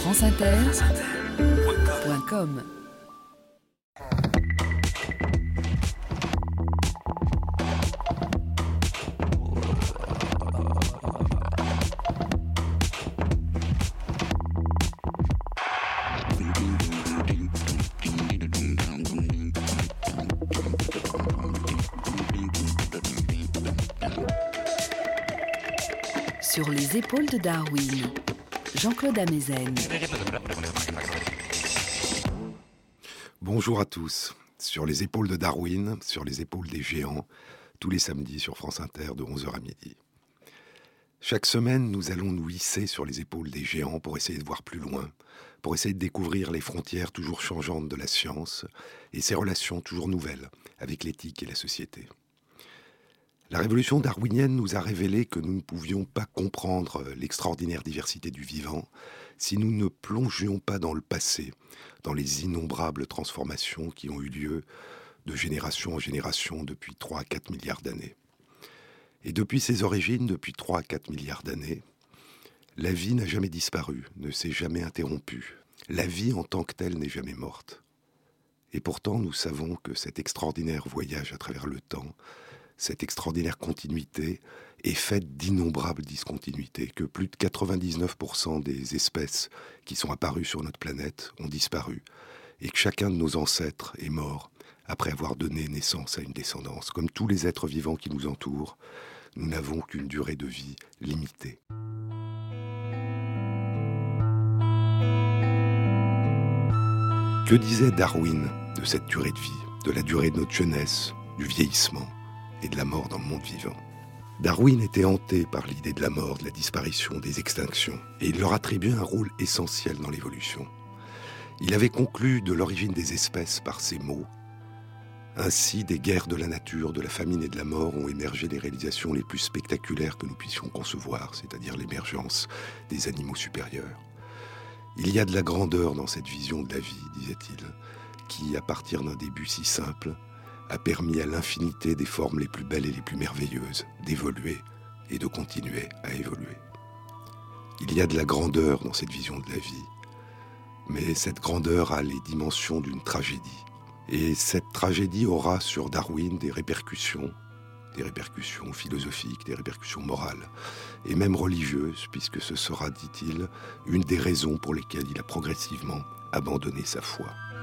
franceinter.com. Sur les épaules de Darwin, Jean-Claude Amezen. Bonjour à tous. Sur les épaules de Darwin, sur les épaules des géants, tous les samedis sur France Inter de 11h à midi. Chaque semaine, nous allons nous hisser sur les épaules des géants pour essayer de voir plus loin, pour essayer de découvrir les frontières toujours changeantes de la science et ses relations toujours nouvelles avec l'éthique et la société. La révolution darwinienne nous a révélé que nous ne pouvions pas comprendre l'extraordinaire diversité du vivant si nous ne plongions pas dans le passé, dans les innombrables transformations qui ont eu lieu de génération en génération depuis 3 à 4 milliards d'années. Et depuis ses origines, depuis 3 à 4 milliards d'années, la vie n'a jamais disparu, ne s'est jamais interrompue. La vie en tant que telle n'est jamais morte. Et pourtant, nous savons que cet extraordinaire voyage à travers le temps, cette extraordinaire continuité est faite d'innombrables discontinuités, que plus de 99% des espèces qui sont apparues sur notre planète ont disparu, et que chacun de nos ancêtres est mort après avoir donné naissance à une descendance. Comme tous les êtres vivants qui nous entourent, nous n'avons qu'une durée de vie limitée. Que disait Darwin de cette durée de vie, de la durée de notre jeunesse, du vieillissement et de la mort dans le monde vivant? Darwin était hanté par l'idée de la mort, de la disparition, des extinctions, et il leur attribuait un rôle essentiel dans l'évolution. Il avait conclu de l'origine des espèces par ces mots. Ainsi, des guerres de la nature, de la famine et de la mort ont émergé des réalisations les plus spectaculaires que nous puissions concevoir, c'est-à-dire l'émergence des animaux supérieurs. Il y a de la grandeur dans cette vision de la vie, disait-il, qui, à partir d'un début si simple, a permis à l'infinité des formes les plus belles et les plus merveilleuses d'évoluer et de continuer à évoluer. Il y a de la grandeur dans cette vision de la vie, mais cette grandeur a les dimensions d'une tragédie. Et cette tragédie aura sur Darwin des répercussions philosophiques, des répercussions morales, et même religieuses, puisque ce sera, dit-il, une des raisons pour lesquelles il a progressivement abandonné sa foi.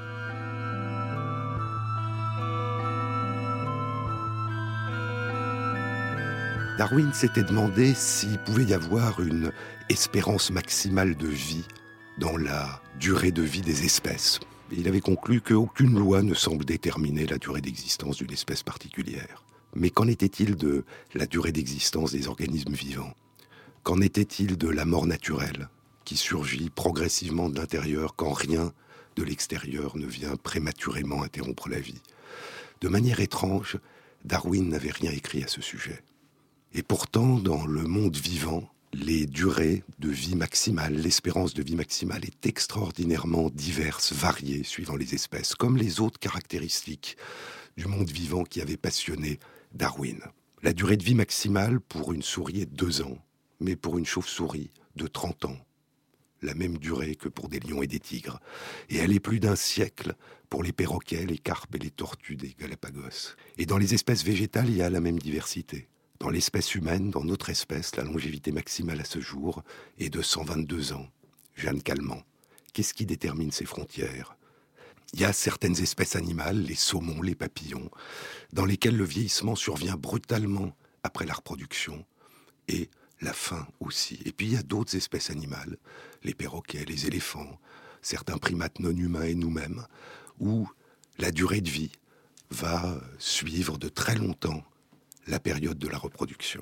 Darwin s'était demandé s'il pouvait y avoir une espérance maximale de vie dans la durée de vie des espèces. Et il avait conclu qu'aucune loi ne semble déterminer la durée d'existence d'une espèce particulière. Mais qu'en était-il de la durée d'existence des organismes vivants? Qu'en était-il de la mort naturelle, qui surgit progressivement de l'intérieur quand rien de l'extérieur ne vient prématurément interrompre la vie? De manière étrange, Darwin n'avait rien écrit à ce sujet. Et pourtant, dans le monde vivant, les durées de vie maximale, l'espérance de vie maximale est extraordinairement diverse, variée, suivant les espèces, comme les autres caractéristiques du monde vivant qui avaient passionné Darwin. La durée de vie maximale pour une souris est 2 ans, mais pour une chauve-souris, de 30 ans. La même durée que pour des lions et des tigres. Et elle est plus d'1 siècle pour les perroquets, les carpes et les tortues des Galapagos. Et dans les espèces végétales, il y a la même diversité. Dans l'espèce humaine, dans notre espèce, la longévité maximale à ce jour est de 122 ans. Jeanne Calment. Qu'est-ce qui détermine ces frontières? Il y a certaines espèces animales, les saumons, les papillons, dans lesquelles le vieillissement survient brutalement après la reproduction, et la fin aussi. Et puis il y a d'autres espèces animales, les perroquets, les éléphants, certains primates non humains et nous-mêmes, où la durée de vie va suivre de très longtemps la période de la reproduction.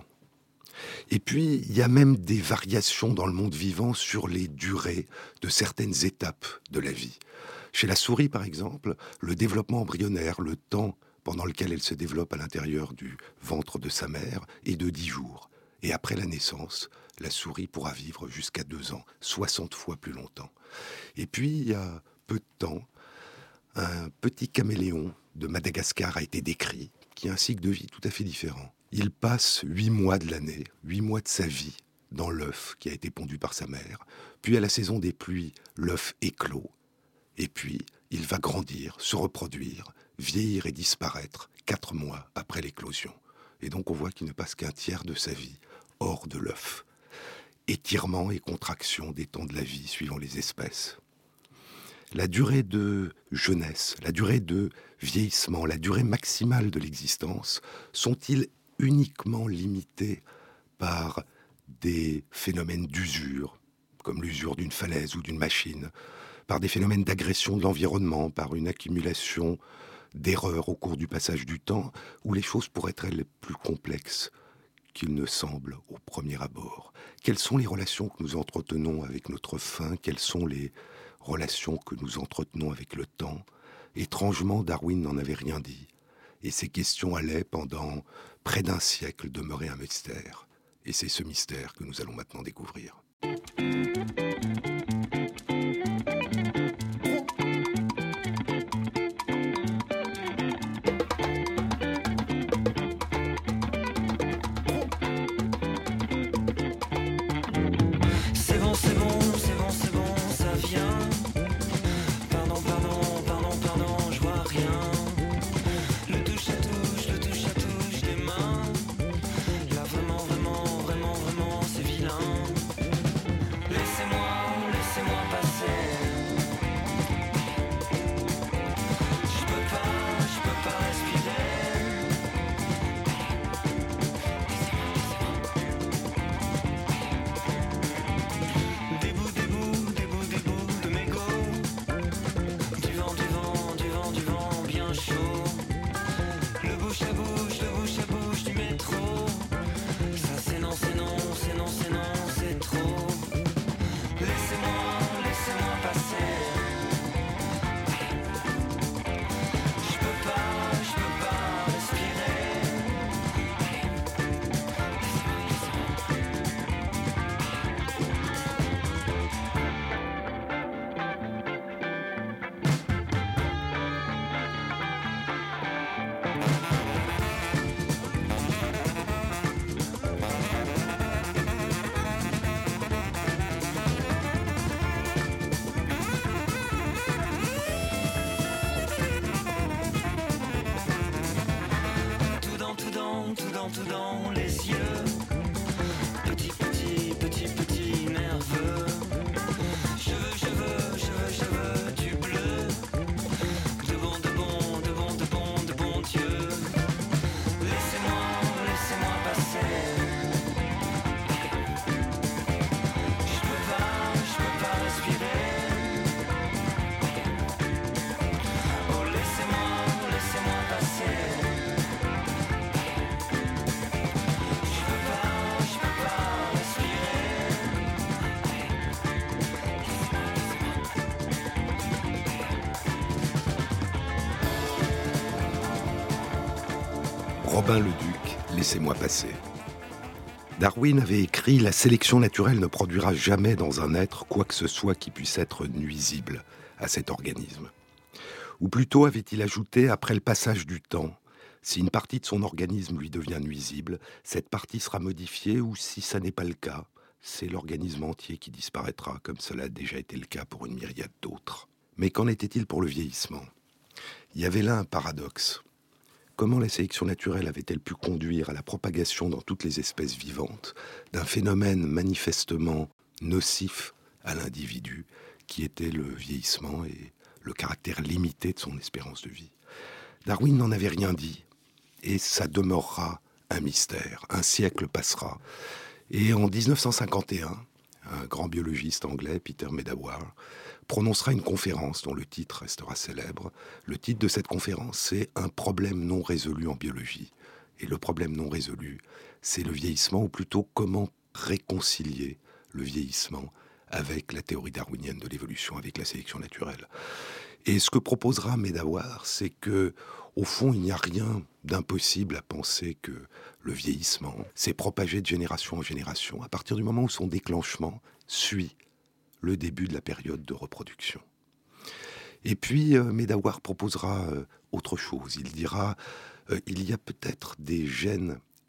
Et puis, il y a même des variations dans le monde vivant sur les durées de certaines étapes de la vie. Chez la souris, par exemple, le développement embryonnaire, le temps pendant lequel elle se développe à l'intérieur du ventre de sa mère, est de 10 jours. Et après la naissance, la souris pourra vivre jusqu'à 2 ans, 60 fois plus longtemps. Et puis, il y a peu de temps, un petit caméléon de Madagascar a été décrit, qui a un cycle de vie tout à fait différent. Il passe 8 mois de l'année, 8 mois de sa vie, dans l'œuf qui a été pondu par sa mère. Puis à la saison des pluies, l'œuf éclot. Et puis, il va grandir, se reproduire, vieillir et disparaître 4 mois après l'éclosion. Et donc on voit qu'il ne passe qu'un tiers de sa vie hors de l'œuf. Étirement et contraction des temps de la vie suivant les espèces. La durée de jeunesse, la durée de vieillissement, la durée maximale de l'existence, sont-ils uniquement limités par des phénomènes d'usure, comme l'usure d'une falaise ou d'une machine, par des phénomènes d'agression de l'environnement, par une accumulation d'erreurs au cours du passage du temps, où les choses pourraient être plus complexes qu'il ne semble au premier abord. Quelles sont les relations que nous entretenons avec notre faim? Quelles sont les relations que nous entretenons avec le temps? Étrangement, Darwin n'en avait rien dit. Et ces questions allaient, pendant près d'un siècle, demeurer un mystère. Et c'est ce mystère que nous allons maintenant découvrir. Tout dans les yeux, petit nerveux. Je veux du bleu, de bon Dieu. Laissez-moi passer. Je peux pas respirer. Oh, laissez-moi passer. Robin le Duc, laissez-moi passer. Darwin avait écrit « La sélection naturelle ne produira jamais dans un être quoi que ce soit qui puisse être nuisible à cet organisme. » Ou plutôt avait-il ajouté « Après le passage du temps, si une partie de son organisme lui devient nuisible, cette partie sera modifiée ou si ça n'est pas le cas, c'est l'organisme entier qui disparaîtra, comme cela a déjà été le cas pour une myriade d'autres. » Mais qu'en était-il pour le vieillissement ? Il y avait là un paradoxe. Comment la sélection naturelle avait-elle pu conduire à la propagation dans toutes les espèces vivantes d'un phénomène manifestement nocif à l'individu, qui était le vieillissement et le caractère limité de son espérance de vie? Darwin n'en avait rien dit, et ça demeurera un mystère. Un siècle passera. Et en 1951, un grand biologiste anglais, Peter Medawar, prononcera une conférence dont le titre restera célèbre. Le titre de cette conférence, c'est « Un problème non résolu en biologie ». Et le problème non résolu, c'est le vieillissement, ou plutôt comment réconcilier le vieillissement avec la théorie darwinienne de l'évolution, avec la sélection naturelle. Et ce que proposera Medawar, c'est que, au fond, il n'y a rien d'impossible à penser que le vieillissement s'est propagé de génération en génération, à partir du moment où son déclenchement suit le début de la période de reproduction. Et puis, Medawar proposera autre chose. Il dira, il y a peut-être des gènes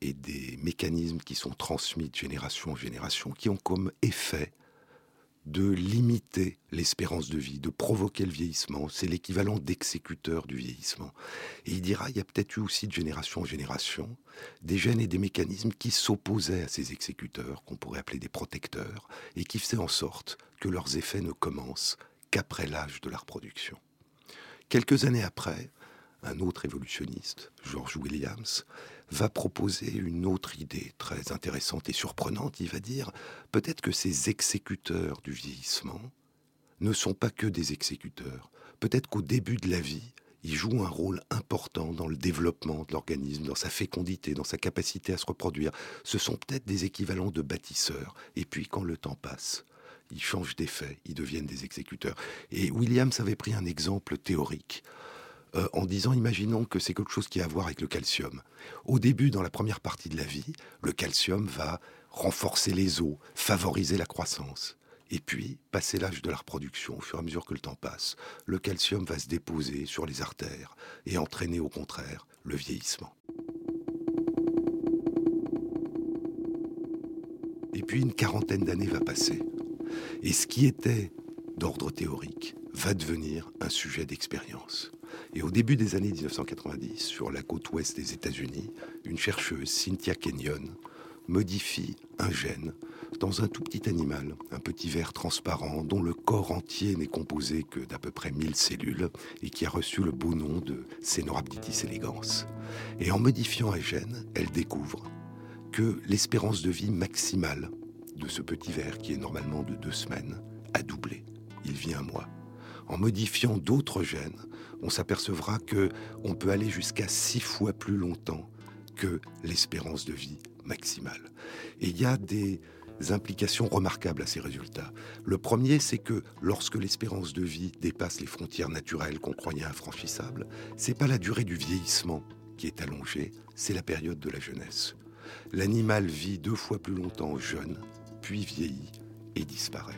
et des mécanismes qui sont transmis de génération en génération, qui ont comme effet de limiter l'espérance de vie, de provoquer le vieillissement. C'est l'équivalent d'exécuteur du vieillissement. Et il dira, il y a peut-être eu aussi de génération en génération des gènes et des mécanismes qui s'opposaient à ces exécuteurs, qu'on pourrait appeler des protecteurs, et qui faisaient en sorte que leurs effets ne commencent qu'après l'âge de la reproduction. Quelques années après, un autre évolutionniste, George Williams, va proposer une autre idée très intéressante et surprenante. Il va dire, peut-être que ces exécuteurs du vieillissement ne sont pas que des exécuteurs. Peut-être qu'au début de la vie, ils jouent un rôle important dans le développement de l'organisme, dans sa fécondité, dans sa capacité à se reproduire. Ce sont peut-être des équivalents de bâtisseurs. Et puis, quand le temps passe, ils changent d'effet, ils deviennent des exécuteurs. Et Williams avait pris un exemple théorique en disant, imaginons que c'est quelque chose qui a à voir avec le calcium. Au début, dans la première partie de la vie, le calcium va renforcer les os, favoriser la croissance. Et puis, passé l'âge de la reproduction, au fur et à mesure que le temps passe, le calcium va se déposer sur les artères et entraîner au contraire le vieillissement. Et puis une quarantaine d'années va passer. Et ce qui était d'ordre théorique va devenir un sujet d'expérience. Et au début des années 1990, sur la côte ouest des États-Unis, une chercheuse, Cynthia Kenyon, modifie un gène dans un tout petit animal, un petit ver transparent dont le corps entier n'est composé que d'à peu près 1000 cellules et qui a reçu le beau nom de Caenorhabditis elegans. Et en modifiant un gène, elle découvre que l'espérance de vie maximale de ce petit ver, qui est normalement de 2 semaines, a doublé. Il vit 1 mois. En modifiant d'autres gènes, on s'apercevra qu'on peut aller jusqu'à 6 fois plus longtemps que l'espérance de vie maximale. Et il y a des implications remarquables à ces résultats. Le premier, c'est que lorsque l'espérance de vie dépasse les frontières naturelles qu'on croyait infranchissables, c'est pas la durée du vieillissement qui est allongée, c'est la période de la jeunesse. L'animal vit 2 fois plus longtemps jeune, puis vieillit et disparaît.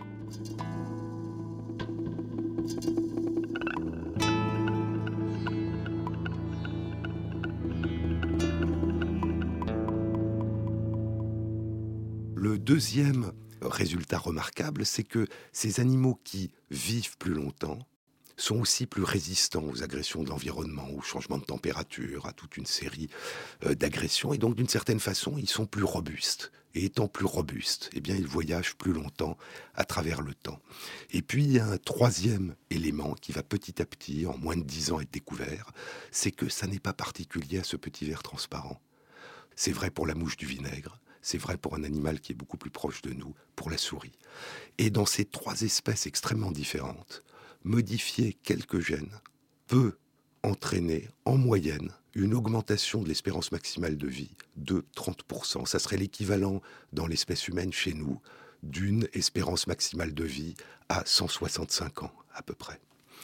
Le deuxième résultat remarquable, c'est que ces animaux qui vivent plus longtemps sont aussi plus résistants aux agressions de l'environnement, aux changements de température, à toute une série d'agressions. Et donc, d'une certaine façon, ils sont plus robustes. Et étant plus robustes, eh bien, ils voyagent plus longtemps à travers le temps. Et puis, il y a un troisième élément qui va petit à petit, en moins de 10 ans, être découvert, c'est que ça n'est pas particulier à ce petit ver transparent. C'est vrai pour la mouche du vinaigre, c'est vrai pour un animal qui est beaucoup plus proche de nous, pour la souris. Et dans ces 3 espèces extrêmement différentes, modifier quelques gènes peut entraîner en moyenne une augmentation de l'espérance maximale de vie de 30%. Ça serait l'équivalent dans l'espèce humaine chez nous d'une espérance maximale de vie à 165 ans à peu près.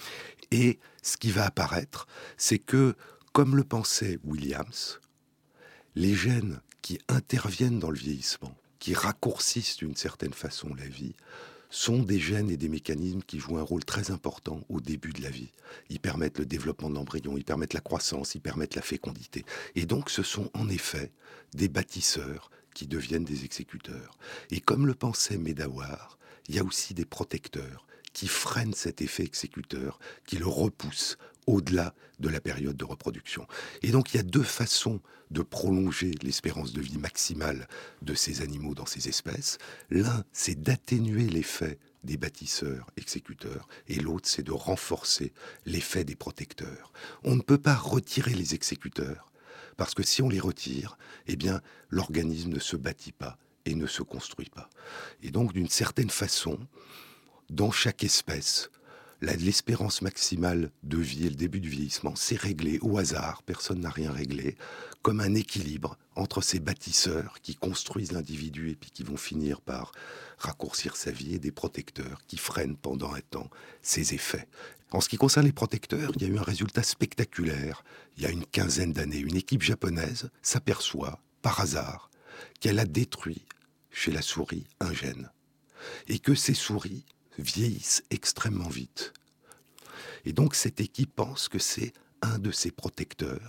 Et ce qui va apparaître, c'est que, comme le pensait Williams, les gènes qui interviennent dans le vieillissement, qui raccourcissent d'une certaine façon la vie, sont des gènes et des mécanismes qui jouent un rôle très important au début de la vie. Ils permettent le développement de l'embryon, ils permettent la croissance, ils permettent la fécondité. Et donc ce sont en effet des bâtisseurs qui deviennent des exécuteurs. Et comme le pensait Medawar, il y a aussi des protecteurs qui freinent cet effet exécuteur, qui le repoussent au-delà de la période de reproduction. Et donc il y a 2 façons de prolonger l'espérance de vie maximale de ces animaux dans ces espèces. L'un, c'est d'atténuer l'effet des bâtisseurs exécuteurs, et l'autre, c'est de renforcer l'effet des protecteurs. On ne peut pas retirer les exécuteurs, parce que si on les retire, eh bien, l'organisme ne se bâtit pas et ne se construit pas. Et donc, d'une certaine façon, dans chaque espèce, l'espérance maximale de vie et le début du vieillissement, c'est réglé au hasard, personne n'a rien réglé, comme un équilibre entre ces bâtisseurs qui construisent l'individu et puis qui vont finir par raccourcir sa vie, et des protecteurs qui freinent pendant un temps ses effets. En ce qui concerne les protecteurs, il y a eu un résultat spectaculaire. Il y a une quinzaine d'années, une équipe japonaise s'aperçoit, par hasard, qu'elle a détruit chez la souris un gène. Et que ces souris vieillissent extrêmement vite. Et donc cette équipe pense que c'est un de ces protecteurs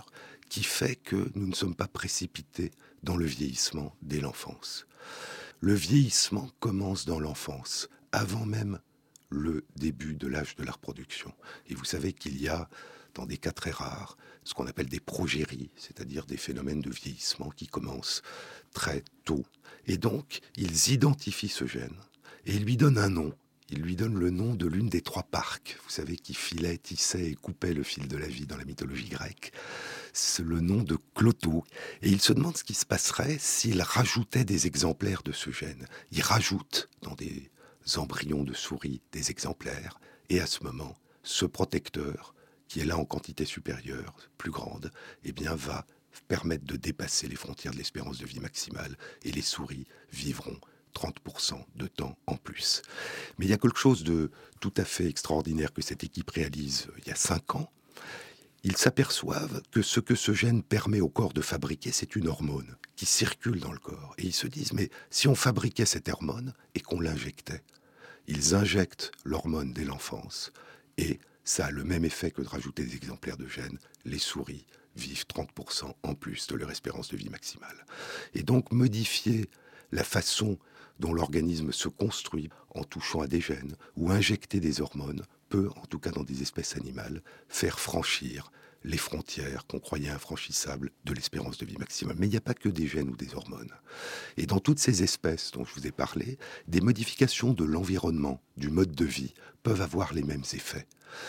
qui fait que nous ne sommes pas précipités dans le vieillissement dès l'enfance. Le vieillissement commence dans l'enfance, avant même le début de l'âge de la reproduction. Et vous savez qu'il y a, dans des cas très rares, ce qu'on appelle des progéries, c'est-à-dire des phénomènes de vieillissement qui commencent très tôt. Et donc, ils identifient ce gène et ils lui donnent un nom. Ils lui donnent le nom de l'une des 3 Parques, vous savez, qui filait, tissait et coupait le fil de la vie dans la mythologie grecque. C'est le nom de Cloto. Et il se demande ce qui se passerait s'il rajoutait des exemplaires de ce gène. Il rajoute dans des embryons de souris des exemplaires. Et à ce moment, ce protecteur, qui est là en quantité supérieure, plus grande, eh bien va permettre de dépasser les frontières de l'espérance de vie maximale. Et les souris vivront 30% de temps en plus. Mais il y a quelque chose de tout à fait extraordinaire que cette équipe réalise il y a 5 ans. Ils s'aperçoivent que ce que ce gène permet au corps de fabriquer, c'est une hormone qui circule dans le corps. Et ils se disent, mais si on fabriquait cette hormone et qu'on l'injectait, ils injectent l'hormone dès l'enfance et ça a le même effet que de rajouter des exemplaires de gènes. Les souris vivent 30% en plus de leur espérance de vie maximale. Et donc modifier la façon dont l'organisme se construit en touchant à des gènes ou injecter des hormones peut, en tout cas dans des espèces animales, faire franchir les frontières qu'on croyait infranchissables de l'espérance de vie maximale. Mais il n'y a pas que des gènes ou des hormones. Et dans toutes ces espèces dont je vous ai parlé, des modifications de l'environnement, du mode de vie, peuvent avoir les mêmes effets.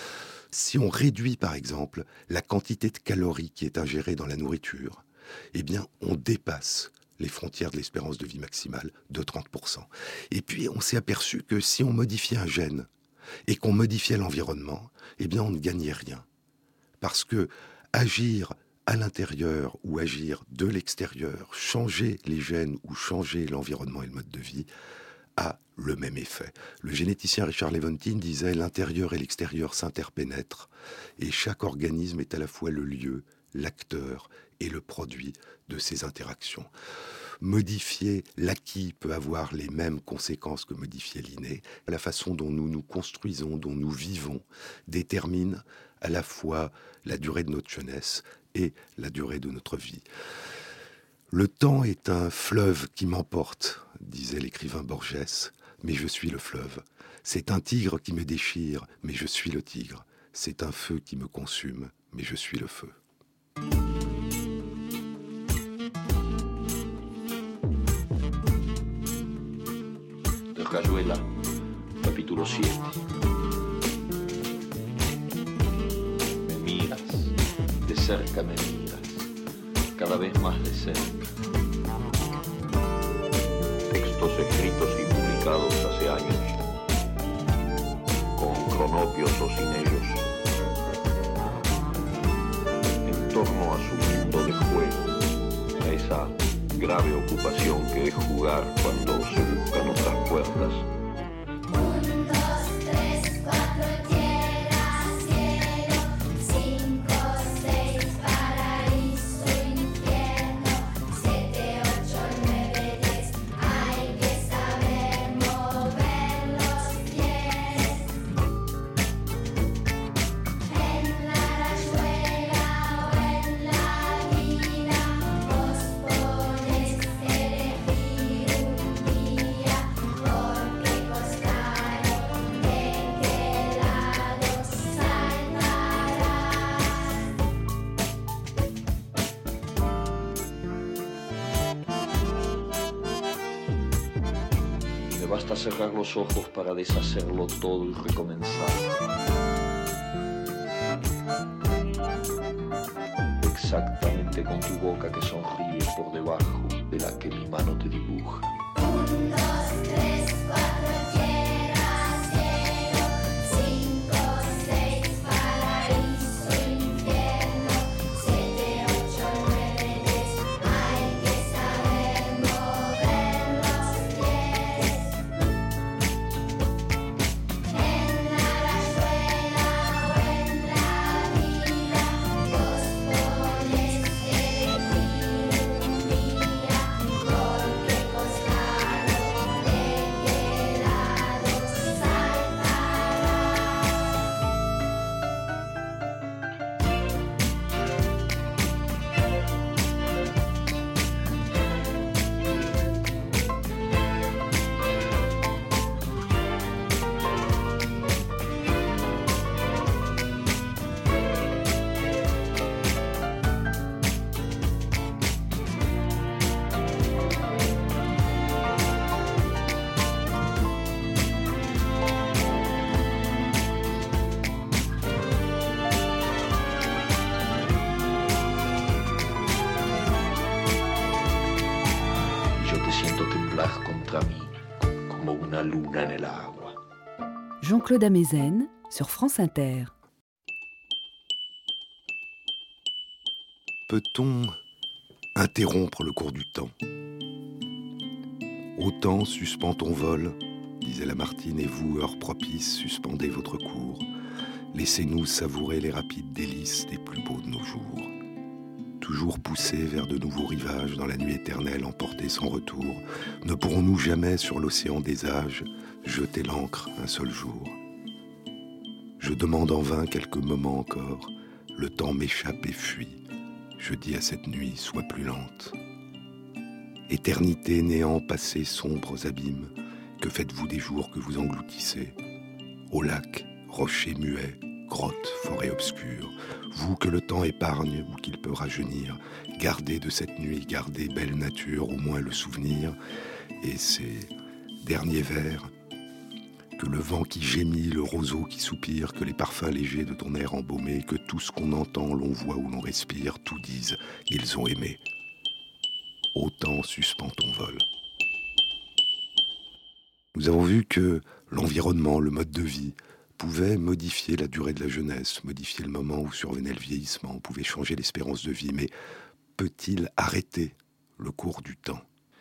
Si on réduit, par exemple, la quantité de calories qui est ingérée dans la nourriture, eh bien, on dépasse les frontières de l'espérance de vie maximale de 30%. Et puis, on s'est aperçu que si on modifiait un gène et qu'on modifiait l'environnement, eh bien, on ne gagnait rien. Parce que agir à l'intérieur ou agir de l'extérieur, changer les gènes ou changer l'environnement et le mode de vie, a le même effet. Le généticien Richard Lewontin disait « l'intérieur et l'extérieur s'interpénètrent et chaque organisme est à la fois le lieu, l'acteur et le produit de ces interactions. » Modifier l'acquis peut avoir les mêmes conséquences que modifier l'inné. La façon dont nous nous construisons, dont nous vivons, détermine à la fois la durée de notre jeunesse et la durée de notre vie. Le temps est un fleuve qui m'emporte, disait l'écrivain Borges, mais je suis le fleuve. C'est un tigre qui me déchire, mais je suis le tigre. C'est un feu qui me consume, mais je suis le feu. De Rayuela, capítulo 7. Me miras, de cerca me miras, cada vez más de cerca. Textos escritos y publicados hace años, con cronopios o sin ellos, en torno a su mundo de juego, a esa grave ocupación que es jugar cuando se buscan otras puertas. Basta cerrar los ojos para deshacerlo todo y recomenzar. Exactamente con tu boca que sonríe por debajo de la que mi mano te dibuja. 1, 2, 3, 4, tierra, cielo, 5, 6, paraíso, infierno, 7, 8, 9, 10. Hay que saber mover los pies. En la rayuela o en la vida, vos podés elegir un día, porque costado de qué lado en el agua. Jean-Claude Amezen sur France Inter. Peut-on interrompre le cours du temps ? Au temps, suspends ton vol, disait Lamartine, et vous, heure propice, suspendez votre cours. Laissez-nous savourer les rapides délices des plus beaux de nos jours. Toujours poussés vers de nouveaux rivages dans la nuit éternelle emportés sans retour, ne pourrons-nous jamais sur l'océan des âges jeter l'ancre un seul jour ? Je demande en vain quelques moments encore, le temps m'échappe et fuit. Je dis à cette nuit, sois plus lente. Éternité, néant, passé, sombres abîmes, que faites-vous des jours que vous engloutissez ? Au lac, rochers muets, grottes, forêts obscures, vous que le temps épargne ou qu'il peut rajeunir, gardez de cette nuit, gardez belle nature, au moins le souvenir, et ces derniers vers, que le vent qui gémit, le roseau qui soupire, que les parfums légers de ton air embaumé, que tout ce qu'on entend, l'on voit ou l'on respire, tout disent, ils ont aimé. Autant suspends ton vol. Nous avons vu que l'environnement, le mode de vie, pouvait modifier la durée de la jeunesse, modifier le moment où survenait le vieillissement, pouvait changer l'espérance de vie, mais peut-il arrêter le cours du temps ?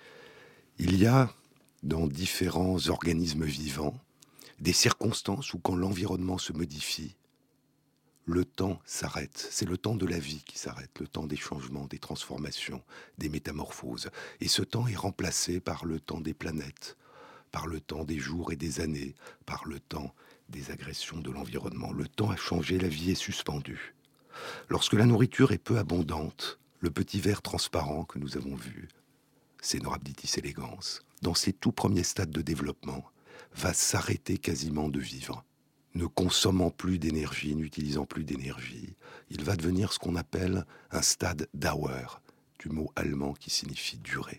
Il y a, dans différents organismes vivants, des circonstances où quand l'environnement se modifie, le temps s'arrête. C'est le temps de la vie qui s'arrête, le temps des changements, des transformations, des métamorphoses. Et ce temps est remplacé par le temps des planètes, par le temps des jours et des années, par le temps des agressions de l'environnement. Le temps a changé, la vie est suspendue. Lorsque la nourriture est peu abondante, le petit ver transparent que nous avons vu, Caenorhabditis elegans, dans ses tout premiers stades de développement, va s'arrêter quasiment de vivre. Ne consommant plus d'énergie, n'utilisant plus d'énergie, il va devenir ce qu'on appelle un stade Dauer, du mot allemand qui signifie durer.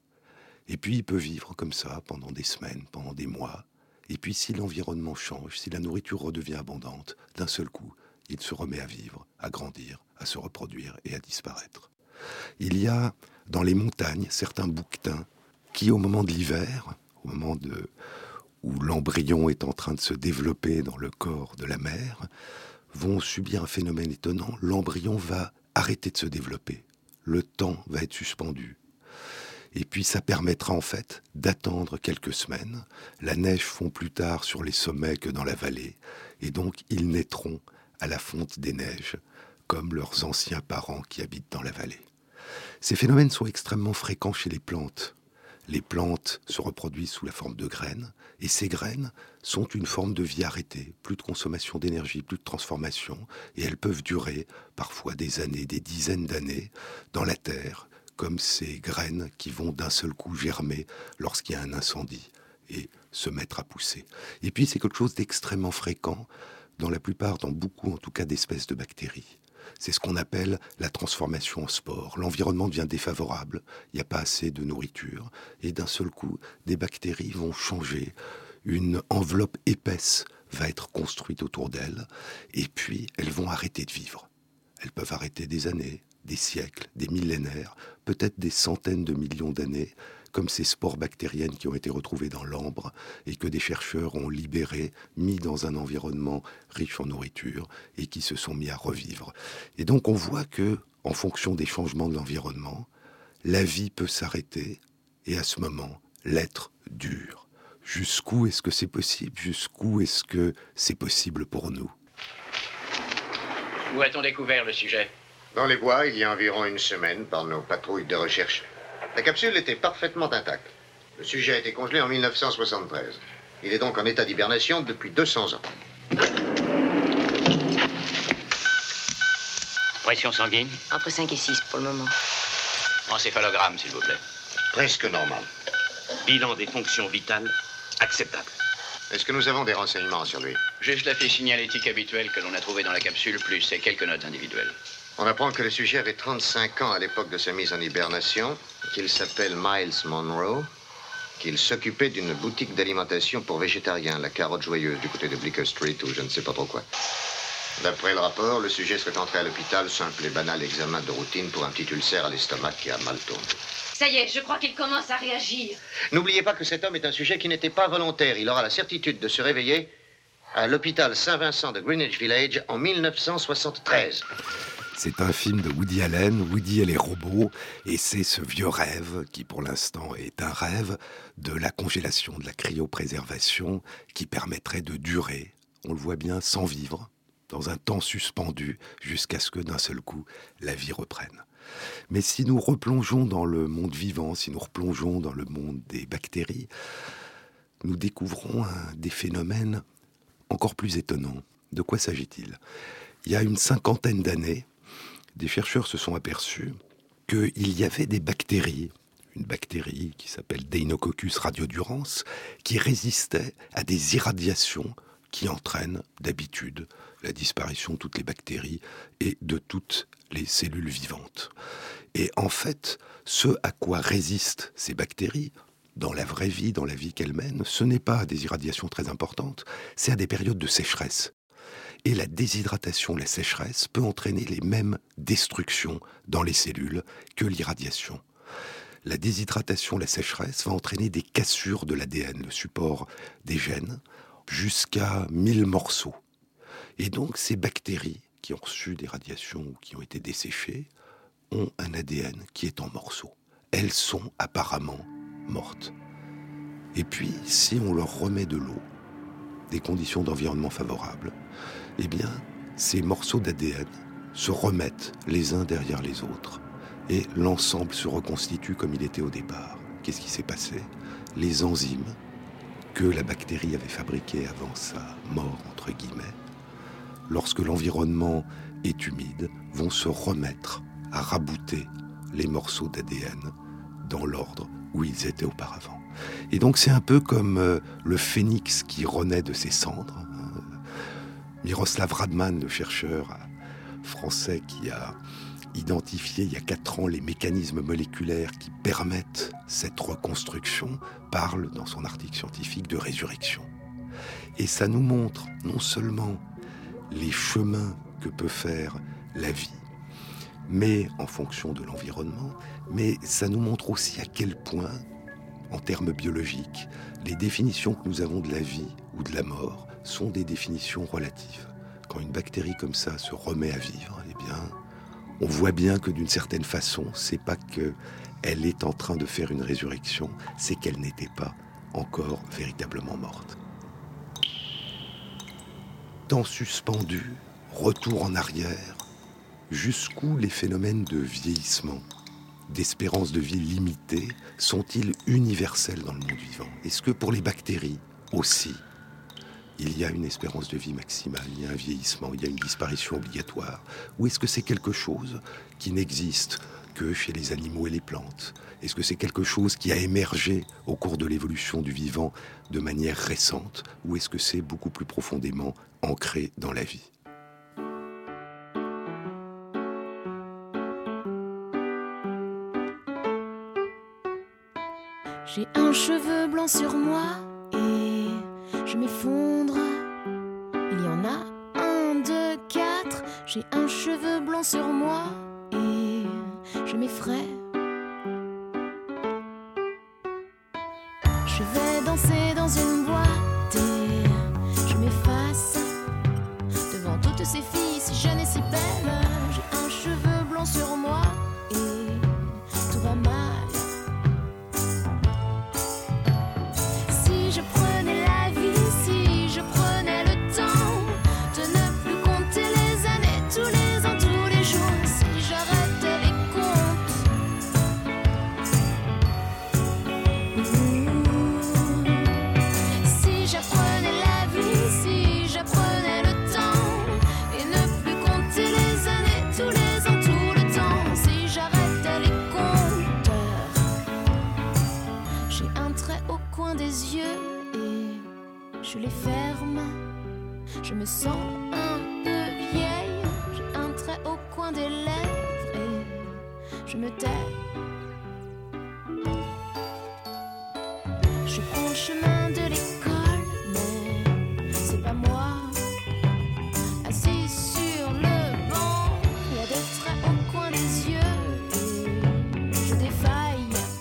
Et puis il peut vivre comme ça pendant des semaines, pendant des mois. Et puis si l'environnement change, si la nourriture redevient abondante, d'un seul coup, il se remet à vivre, à grandir, à se reproduire et à disparaître. Il y a dans les montagnes certains bouquetins qui, au moment de l'hiver, au moment où l'embryon est en train de se développer dans le corps de la mère, vont subir un phénomène étonnant. L'embryon va arrêter de se développer. Le temps va être suspendu. Et puis ça permettra en fait d'attendre quelques semaines. La neige fond plus tard sur les sommets que dans la vallée. Et donc ils naîtront à la fonte des neiges, comme leurs anciens parents qui habitent dans la vallée. Ces phénomènes sont extrêmement fréquents chez les plantes. Les plantes se reproduisent sous la forme de graines, et ces graines sont une forme de vie arrêtée, plus de consommation d'énergie, plus de transformation, et elles peuvent durer parfois des années, des dizaines d'années, dans la terre, comme ces graines qui vont d'un seul coup germer lorsqu'il y a un incendie, et se mettre à pousser. Et puis c'est quelque chose d'extrêmement fréquent, dans beaucoup en tout cas d'espèces de bactéries. C'est ce qu'on appelle la transformation en spore. L'environnement devient défavorable, il n'y a pas assez de nourriture, et d'un seul coup, des bactéries vont changer. Une enveloppe épaisse va être construite autour d'elles, et puis elles vont arrêter de vivre. Elles peuvent arrêter des années, des siècles, des millénaires, peut-être des centaines de millions d'années, comme ces spores bactériennes qui ont été retrouvées dans l'ambre et que des chercheurs ont libérées, mis dans un environnement riche en nourriture et qui se sont mis à revivre. Et donc on voit que, en fonction des changements de l'environnement, la vie peut s'arrêter et à ce moment, l'être dure. Jusqu'où est-ce que c'est possible ? Jusqu'où est-ce que c'est possible pour nous ? Où a-t-on découvert le sujet ? Dans les bois, il y a environ une semaine, par nos patrouilles de recherche. La capsule était parfaitement intacte. Le sujet a été congelé en 1973. Il est donc en état d'hibernation depuis 200 ans. Pression sanguine ? Entre 5 et 6 pour le moment. Encéphalogramme, s'il vous plaît. Presque normal. Bilan des fonctions vitales acceptable. Est-ce que nous avons des renseignements sur lui ? Juste la fiche signalétique habituelle que l'on a trouvée dans la capsule, plus et quelques notes individuelles. On apprend que le sujet avait 35 ans à l'époque de sa mise en hibernation, qu'il s'appelle Miles Monroe, qu'il s'occupait d'une boutique d'alimentation pour végétariens, la Carotte Joyeuse, du côté de Bleecker Street ou je ne sais pas trop quoi. D'après le rapport, le sujet serait entré à l'hôpital, simple et banal examen de routine pour un petit ulcère à l'estomac qui a mal tourné. Ça y est, je crois qu'il commence à réagir. N'oubliez pas que cet homme est un sujet qui n'était pas volontaire. Il aura la certitude de se réveiller à l'hôpital Saint-Vincent de Greenwich Village en 1973. C'est un film de Woody Allen, Woody et les robots, et c'est ce vieux rêve, qui pour l'instant est un rêve, de la congélation, de la cryopréservation, qui permettrait de durer, on le voit bien, sans vivre, dans un temps suspendu, jusqu'à ce que d'un seul coup, la vie reprenne. Mais si nous replongeons dans le monde vivant, si nous replongeons dans le monde des bactéries, nous découvrons des phénomènes encore plus étonnants. De quoi s'agit-il ? Il y a une 50aine d'années, des chercheurs se sont aperçus qu'il y avait des bactéries, une bactérie qui s'appelle Deinococcus radiodurans, qui résistait à des irradiations qui entraînent d'habitude la disparition de toutes les bactéries et de toutes les cellules vivantes. Et en fait, ce à quoi résistent ces bactéries, dans la vraie vie, dans la vie qu'elles mènent, ce n'est pas à des irradiations très importantes, c'est à des périodes de sécheresse. Et la déshydratation, la sécheresse, peut entraîner les mêmes destructions dans les cellules que l'irradiation. La déshydratation, la sécheresse, va entraîner des cassures de l'ADN, le support des gènes, jusqu'à 1000 morceaux. Et donc, ces bactéries qui ont reçu des radiations ou qui ont été desséchées ont un ADN qui est en morceaux. Elles sont apparemment mortes. Et puis, si on leur remet de l'eau, des conditions d'environnement favorables, eh bien, ces morceaux d'ADN se remettent les uns derrière les autres et l'ensemble se reconstitue comme il était au départ. Qu'est-ce qui s'est passé ? Les enzymes que la bactérie avait fabriquées avant sa mort, entre guillemets, lorsque l'environnement est humide, vont se remettre à rabouter les morceaux d'ADN dans l'ordre où ils étaient auparavant. Et donc c'est un peu comme le phénix qui renaît de ses cendres. Miroslav Radman, le chercheur français qui a identifié il y a 4 ans les mécanismes moléculaires qui permettent cette reconstruction, parle dans son article scientifique de résurrection. Et ça nous montre non seulement les chemins que peut faire la vie, mais en fonction de l'environnement, mais ça nous montre aussi à quel point, en termes biologiques, les définitions que nous avons de la vie ou de la mort sont des définitions relatives. Quand une bactérie comme ça se remet à vivre, eh bien, on voit bien que d'une certaine façon, c'est pas qu'elle est en train de faire une résurrection, c'est qu'elle n'était pas encore véritablement morte. Temps suspendu, retour en arrière, jusqu'où les phénomènes de vieillissement, d'espérance de vie limitée, sont-ils universels dans le monde vivant ? Est-ce que pour les bactéries aussi, il y a une espérance de vie maximale, il y a un vieillissement, il y a une disparition obligatoire ? Ou est-ce que c'est quelque chose qui n'existe que chez les animaux et les plantes ? Est-ce que c'est quelque chose qui a émergé au cours de l'évolution du vivant de manière récente ? Ou est-ce que c'est beaucoup plus profondément ancré dans la vie ? J'ai un cheveu blanc sur moi et je m'effondre. Il y en a 1, 2, 4. J'ai un cheveu blanc sur moi et je m'effraie. Je vais danser dans une boîte et je m'efface devant toutes ces filles si jeunes et si belles. J'ai un cheveu blanc sur moi et tout va mal. Si je prenais la vie, si je prenais le temps de ne plus compter les années, tous les ans, tous les jours, si j'arrêtais les comptes. Si j'apprenais la vie, si j'apprenais le temps et ne plus compter les années, tous les ans, tout le temps, si j'arrêtais les compteurs. J'ai un trait au coin des yeux et je les ferme. Je me sens un peu vieille. J'ai un trait au coin des lèvres et je me tais. Je prends le chemin de l'école, mais c'est pas moi. Assis sur le banc, il y a des traits au coin des yeux et je défaille.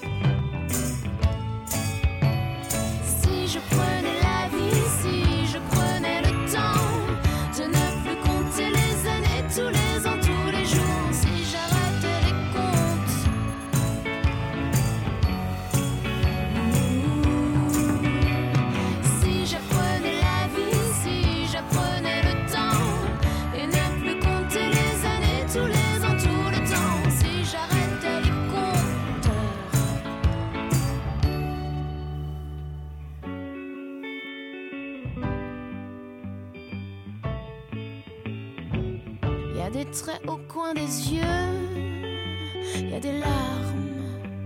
a des traits au coin des yeux, il y a des larmes.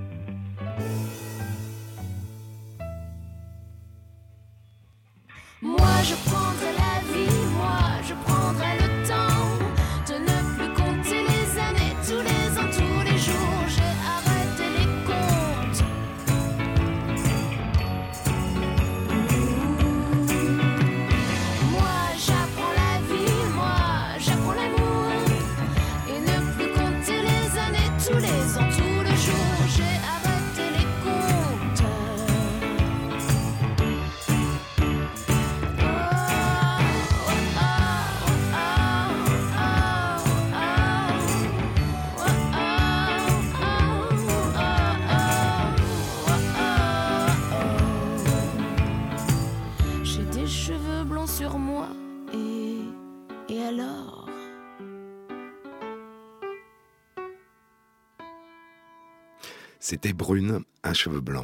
Moi je prendrai la vie, moi je prendrai le temps de ne plus compter les années, tous les ans, tous les jours. J'ai arrêté les comptes. Moi j'apprends la vie, moi j'apprends l'amour, et ne plus compter les années, tous les ans, tous les jours. J'ai arrêté les comptes. J'ai des cheveux blancs sur moi et alors? C'était Brune, un cheveu blanc.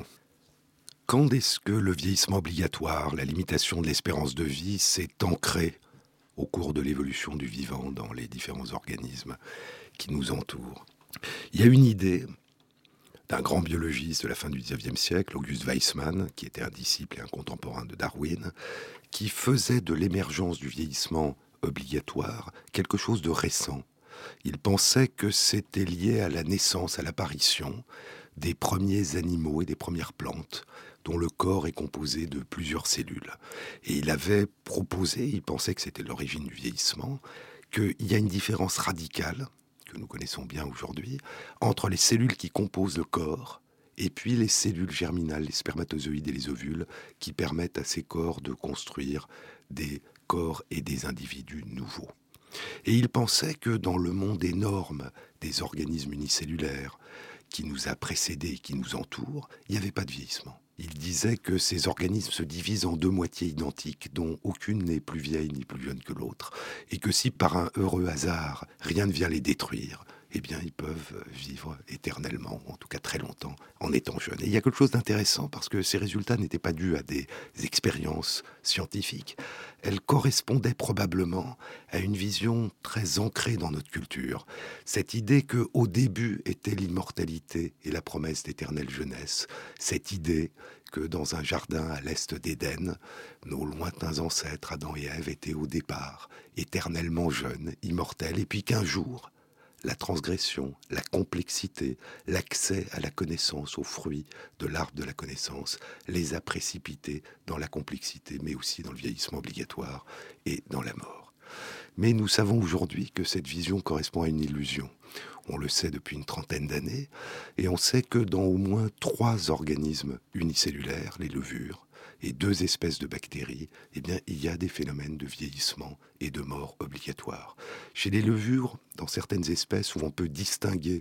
Quand est-ce que le vieillissement obligatoire, la limitation de l'espérance de vie s'est ancrée au cours de l'évolution du vivant dans les différents organismes qui nous entourent? Il y a une idée d'un grand biologiste de la fin du XIXe siècle, August Weismann, qui était un disciple et un contemporain de Darwin, qui faisait de l'émergence du vieillissement obligatoire quelque chose de récent. Il pensait que c'était lié à la naissance, à l'apparition des premiers animaux et des premières plantes dont le corps est composé de plusieurs cellules. Et il avait proposé, il pensait que c'était l'origine du vieillissement, qu'il y a une différence radicale, que nous connaissons bien aujourd'hui, entre les cellules qui composent le corps et puis les cellules germinales, les spermatozoïdes et les ovules, qui permettent à ces corps de construire des corps et des individus nouveaux. Et il pensait que dans le monde énorme des organismes unicellulaires qui nous a précédés et qui nous entourent, il n'y avait pas de vieillissement. Il disait que ces organismes se divisent en deux moitiés identiques, dont aucune n'est plus vieille ni plus jeune que l'autre, et que si par un heureux hasard, rien ne vient les détruire, eh bien, ils peuvent vivre éternellement, en tout cas très longtemps, en étant jeunes. Et il y a quelque chose d'intéressant, parce que ces résultats n'étaient pas dus à des expériences scientifiques. Elles correspondaient probablement à une vision très ancrée dans notre culture. Cette idée qu'au début était l'immortalité et la promesse d'éternelle jeunesse. Cette idée que dans un jardin à l'est d'Éden, nos lointains ancêtres, Adam et Ève, étaient au départ éternellement jeunes, immortels, et puis qu'un jour, la transgression, la complexité, l'accès à la connaissance, aux fruits de l'arbre de la connaissance, les a précipités dans la complexité, mais aussi dans le vieillissement obligatoire et dans la mort. Mais nous savons aujourd'hui que cette vision correspond à une illusion. On le sait depuis une trentaine d'années, et on sait que dans au moins 3 organismes unicellulaires, les levures, et 2 espèces de bactéries, eh bien, il y a des phénomènes de vieillissement et de mort obligatoires. Chez les levures, dans certaines espèces où on peut distinguer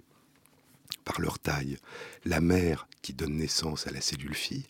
par leur taille la mère qui donne naissance à la cellule fille,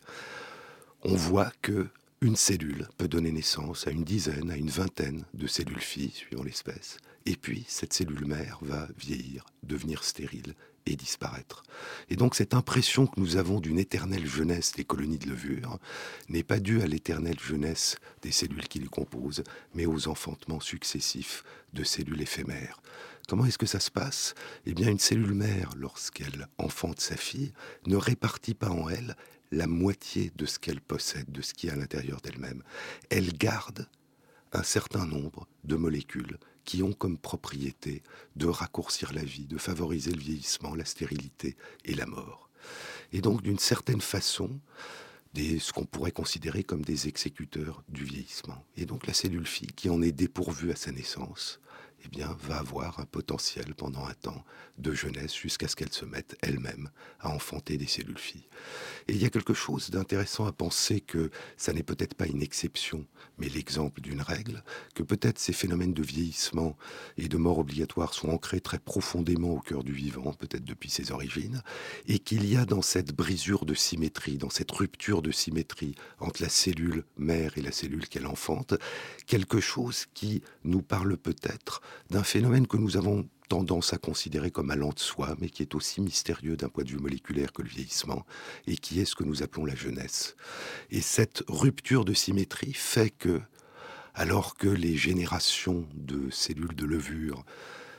on voit que une cellule peut donner naissance à une dizaine, à une vingtaine de cellules filles, suivant l'espèce. Et puis, cette cellule mère va vieillir, devenir stérile et disparaître. Et donc, cette impression que nous avons d'une éternelle jeunesse des colonies de levure n'est pas due à l'éternelle jeunesse des cellules qui les composent, mais aux enfantements successifs de cellules éphémères. Comment est-ce que ça se passe? Eh bien, une cellule mère, lorsqu'elle enfante sa fille, ne répartit pas en elle la moitié de ce qu'elle possède, de ce qui est à l'intérieur d'elle-même. Elle garde un certain nombre de molécules qui ont comme propriété de raccourcir la vie, de favoriser le vieillissement, la stérilité et la mort. Et donc, d'une certaine façon, ce qu'on pourrait considérer comme des exécuteurs du vieillissement. Et donc, la cellule fille, qui en est dépourvue à sa naissance, eh bien, va avoir un potentiel pendant un temps de jeunesse jusqu'à ce qu'elle se mette elle-même à enfanter des cellules filles. Et il y a quelque chose d'intéressant à penser que ça n'est peut-être pas une exception, mais l'exemple d'une règle, que peut-être ces phénomènes de vieillissement et de mort obligatoire sont ancrés très profondément au cœur du vivant, peut-être depuis ses origines, et qu'il y a dans cette brisure de symétrie, dans cette rupture de symétrie entre la cellule mère et la cellule qu'elle enfante, quelque chose qui nous parle peut-être d'un phénomène que nous avons tendance à considérer comme allant de soi, mais qui est aussi mystérieux d'un point de vue moléculaire que le vieillissement, et qui est ce que nous appelons la jeunesse. Et cette rupture de symétrie fait que, alors que les générations de cellules de levure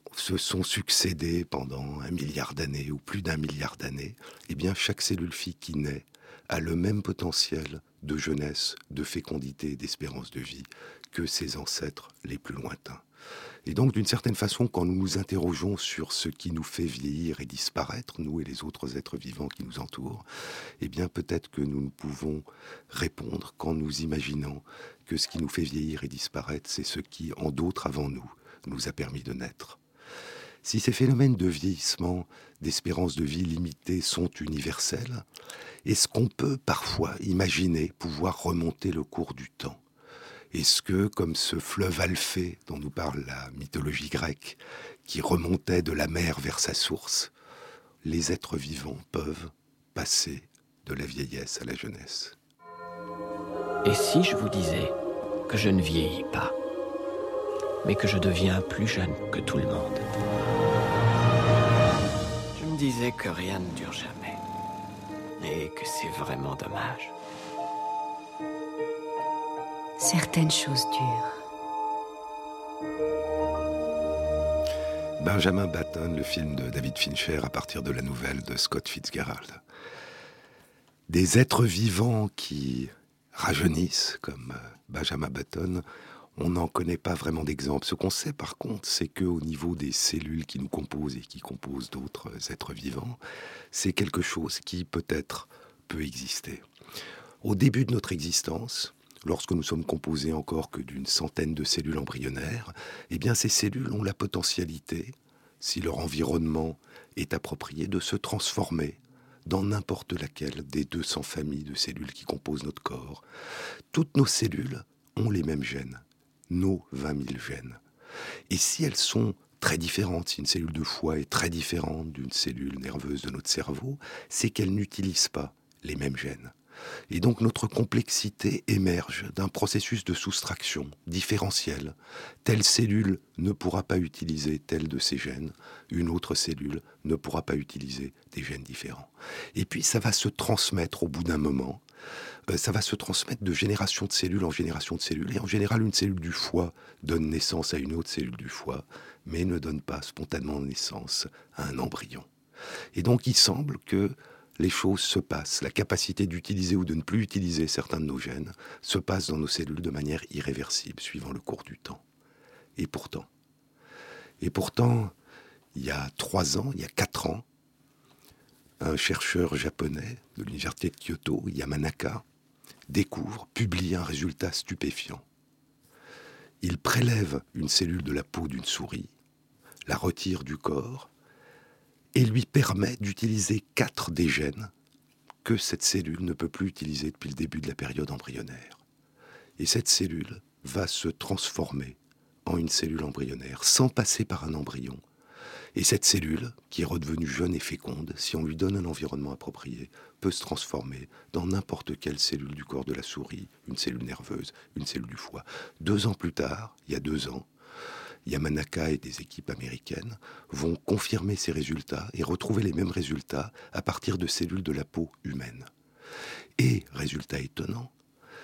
se sont succédés pendant 1 milliard d'années ou plus d'1 milliard d'années, eh bien chaque cellule fille qui naît a le même potentiel de jeunesse, de fécondité, d'espérance de vie que ses ancêtres les plus lointains. Et donc, d'une certaine façon, quand nous nous interrogeons sur ce qui nous fait vieillir et disparaître, nous et les autres êtres vivants qui nous entourent, eh bien, peut-être que nous ne pouvons répondre qu'en nous imaginant que ce qui nous fait vieillir et disparaître, c'est ce qui, en d'autres avant nous a permis de naître. Si ces phénomènes de vieillissement, d'espérance de vie limitée sont universels, est-ce qu'on peut parfois imaginer pouvoir remonter le cours du temps ? Est-ce que, comme ce fleuve Alphée dont nous parle la mythologie grecque, qui remontait de la mer vers sa source, les êtres vivants peuvent passer de la vieillesse à la jeunesse ? Et si je vous disais que je ne vieillis pas, mais que je deviens plus jeune que tout le monde ? Je me disais que rien ne dure jamais, et que c'est vraiment dommage. Certaines choses durent. Benjamin Button, le film de David Fincher à partir de la nouvelle de Scott Fitzgerald. Des êtres vivants qui rajeunissent, comme Benjamin Button, on n'en connaît pas vraiment d'exemple. Ce qu'on sait par contre, c'est qu'au niveau des cellules qui nous composent et qui composent d'autres êtres vivants, c'est quelque chose qui peut-être peut exister. Au début de notre existence, lorsque nous sommes composés encore que d'une centaine de cellules embryonnaires, eh bien ces cellules ont la potentialité, si leur environnement est approprié, de se transformer dans n'importe laquelle des 200 familles de cellules qui composent notre corps. Toutes nos cellules ont les mêmes gènes, nos 20 000 gènes. Et si elles sont très différentes, si une cellule de foie est très différente d'une cellule nerveuse de notre cerveau, c'est qu'elles n'utilisent pas les mêmes gènes. Et donc notre complexité émerge d'un processus de soustraction différentielle. Telle cellule ne pourra pas utiliser tel de ses gènes, une autre cellule ne pourra pas utiliser des gènes différents. Et puis ça va se transmettre au bout d'un moment, ça va se transmettre de génération de cellules en génération de cellules. Et en général, une cellule du foie donne naissance à une autre cellule du foie, mais ne donne pas spontanément naissance à un embryon. Et donc il semble que les choses se passent. La capacité d'utiliser ou de ne plus utiliser certains de nos gènes se passe dans nos cellules de manière irréversible, suivant le cours du temps. Et pourtant, il y a 3 ans, il y a 4 ans, un chercheur japonais de l'université de Kyoto, Yamanaka, publie un résultat stupéfiant. Il prélève une cellule de la peau d'une souris, la retire du corps, et lui permet d'utiliser 4 des gènes que cette cellule ne peut plus utiliser depuis le début de la période embryonnaire. Et cette cellule va se transformer en une cellule embryonnaire, sans passer par un embryon. Et cette cellule, qui est redevenue jeune et féconde, si on lui donne un environnement approprié, peut se transformer dans n'importe quelle cellule du corps de la souris, une cellule nerveuse, une cellule du foie. 2 ans plus tard, il y a 2 ans, Yamanaka et des équipes américaines vont confirmer ces résultats et retrouver les mêmes résultats à partir de cellules de la peau humaine. Et, résultat étonnant,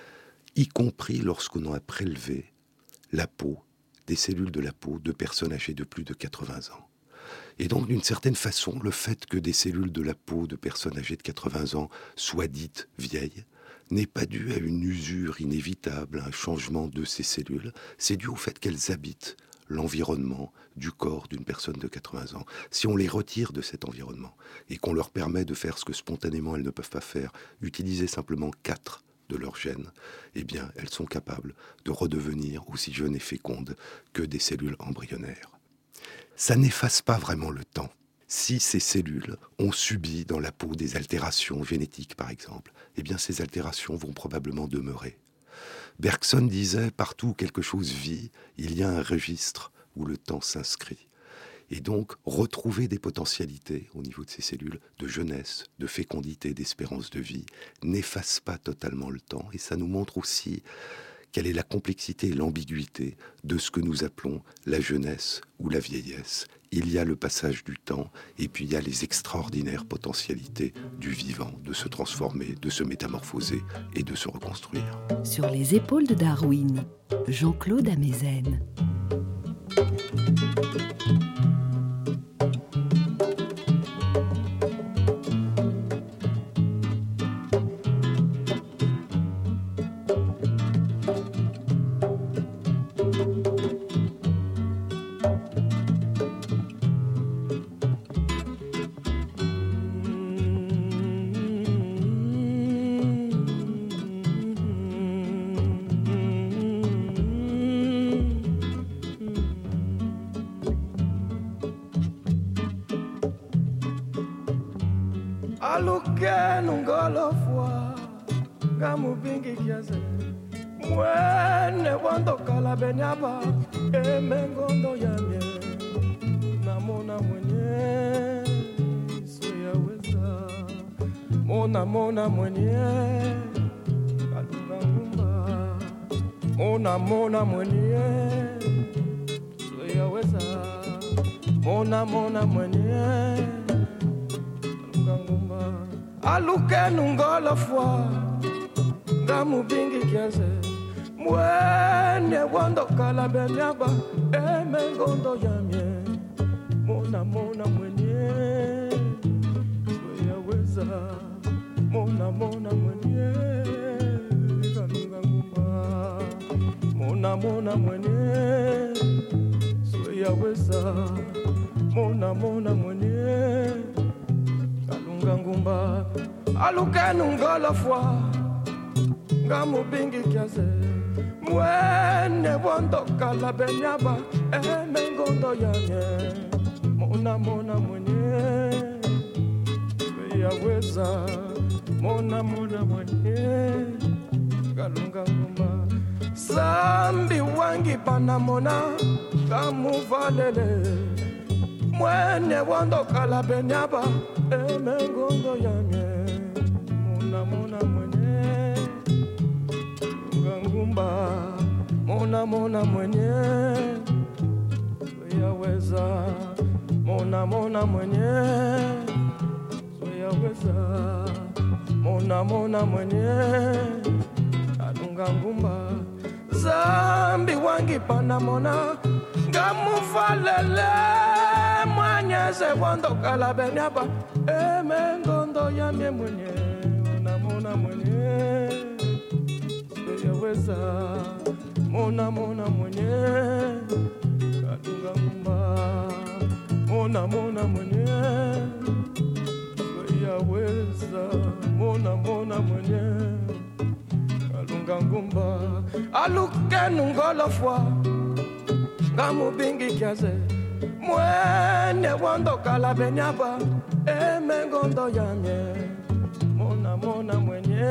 y compris lorsqu'on a prélevé la peau, des cellules de la peau de personnes âgées de plus de 80 ans. Et donc, d'une certaine façon, le fait que des cellules de la peau de personnes âgées de 80 ans soient dites vieilles n'est pas dû à une usure inévitable, à un changement de ces cellules, c'est dû au fait qu'elles habitent l'environnement du corps d'une personne de 80 ans. Si on les retire de cet environnement et qu'on leur permet de faire ce que spontanément elles ne peuvent pas faire, utiliser simplement 4 de leurs gènes, eh bien, elles sont capables de redevenir aussi jeunes et fécondes que des cellules embryonnaires. Ça n'efface pas vraiment le temps. Si ces cellules ont subi dans la peau des altérations génétiques, par exemple, eh bien, ces altérations vont probablement demeurer. Bergson disait « Partout où quelque chose vit, il y a un registre où le temps s'inscrit ». Et donc, retrouver des potentialités au niveau de ces cellules de jeunesse, de fécondité, d'espérance de vie, n'efface pas totalement le temps. Et ça nous montre aussi quelle est la complexité et l'ambiguïté de ce que nous appelons la jeunesse ou la vieillesse. Il y a le passage du temps et puis il y a les extraordinaires potentialités du vivant de se transformer, de se métamorphoser et de se reconstruire. Sur les épaules de Darwin, Jean-Claude Amezen. Aluke nungolo fwa Gamu bingi kiaze Mwene wando kala benyaba Emengondo yamye Namona mwenye Suya weza Mona mwenye Kalunga ngumba Mona mwenye Suya weza Mona mwenye Aluke nungolo fwa Gamu bingi kiaze Mwene wando kala benyaba Emengondo yamye Mona mwenye Swea weza Mona mwenye Kalunga ngumba Mona mwenye Swea weza Mona mwenye Ngumba aluke nungolo fwa Gamu bingi kiaze Mwene wando kala benyaba Emengondo yanye Mona mwenye Swea weza Mona mwenye Kalunga ngumba Sambi wangi panamona Gamu valele Mwene wando kala benyaba Emengondo yamye Mona mwenye Ngangumba Mona mwenye Swea weza Mona mwenye Swea weza Mona mwenye Alunga ngumba Zambi wangi panamona Ngamufalele Mwanyeze wando kala benyaba Emengondo yamye mwenye Mona mwenye Swea weza Mona mwenye Kalunga ngumba Mona mwenye Swea weza Mona mwenye Kalunga ngumba Aluke nungolo fwa Gamu bingi kiaze Mwene wando kala benyaba Emengondo yamye Mona mwenye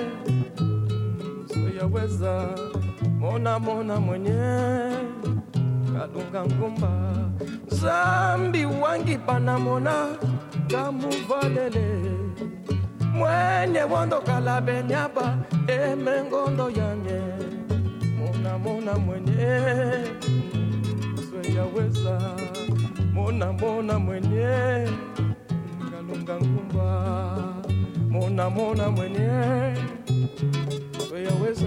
Swea weza Mona mwenye Kalunga ngumba Zambi wangi panamona Gamu valele Mwene wando kala benyaba Emengondo yamye Mona mwenye Swea weza Mona mwenye Kalunga ngumba Mona mwenye Swea weza